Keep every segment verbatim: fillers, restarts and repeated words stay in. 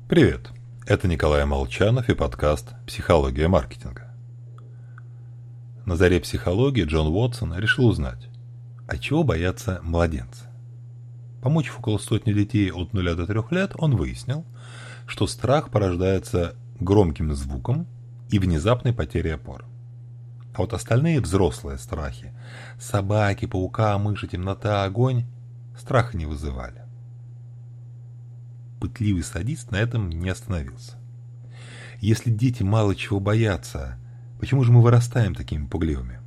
Привет, это Николай Молчанов и подкаст «Психология маркетинга». На заре психологии Джон Уотсон решил узнать, а чего боятся младенцы. Помучив около сотни детей от нуля до трех лет, он выяснил, что страх порождается громким звуком и внезапной потерей опоры. А вот остальные взрослые страхи – собаки, паука, мыши, темнота, огонь – страха не вызывали. Пытливый садист на этом не остановился. Если дети мало чего боятся, почему же мы вырастаем такими пугливыми?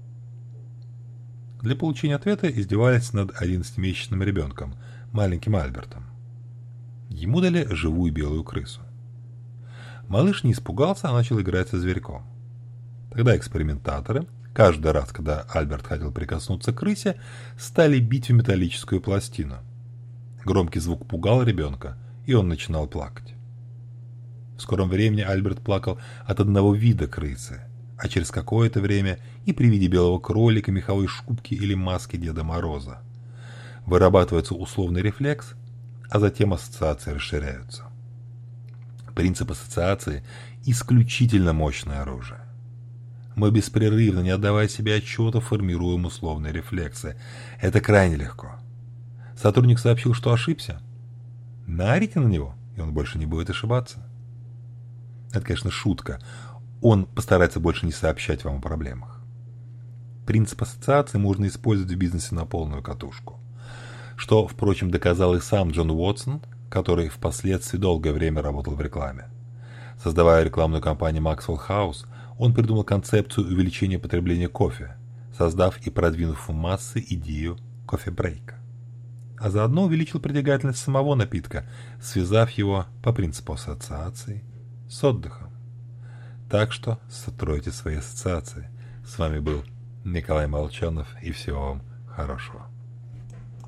Для получения ответа издевались над одиннадцатимесячным ребенком, маленьким Альбертом. Ему дали живую белую крысу. Малыш не испугался, а начал играть со зверьком. Тогда экспериментаторы, каждый раз, когда Альберт хотел прикоснуться к крысе, стали бить в металлическую пластину. Громкий звук пугал ребенка, и он начинал плакать. В скором времени Альберт плакал от одного вида крысы, а через какое-то время и при виде белого кролика, меховой шубки или маски Деда Мороза. Вырабатывается условный рефлекс, а затем ассоциации расширяются. Принцип ассоциации – исключительно мощное оружие. Мы беспрерывно, не отдавая себе отчета, формируем условные рефлексы. Это крайне легко. Сотрудник сообщил, что ошибся. Наорите на него, и он больше не будет ошибаться. Это, конечно, шутка. Он постарается больше не сообщать вам о проблемах. Принцип ассоциации можно использовать в бизнесе на полную катушку. Что, впрочем, доказал и сам Джон Уотсон, который впоследствии долгое время работал в рекламе. Создавая рекламную кампанию Maxwell House, он придумал концепцию увеличения потребления кофе, создав и продвинув в массы идею кофе-брейка. А заодно увеличил притягательность самого напитка, связав его по принципу ассоциации с отдыхом. Так что стройте свои ассоциации. С вами был Николай Молчанов, и всего вам хорошего.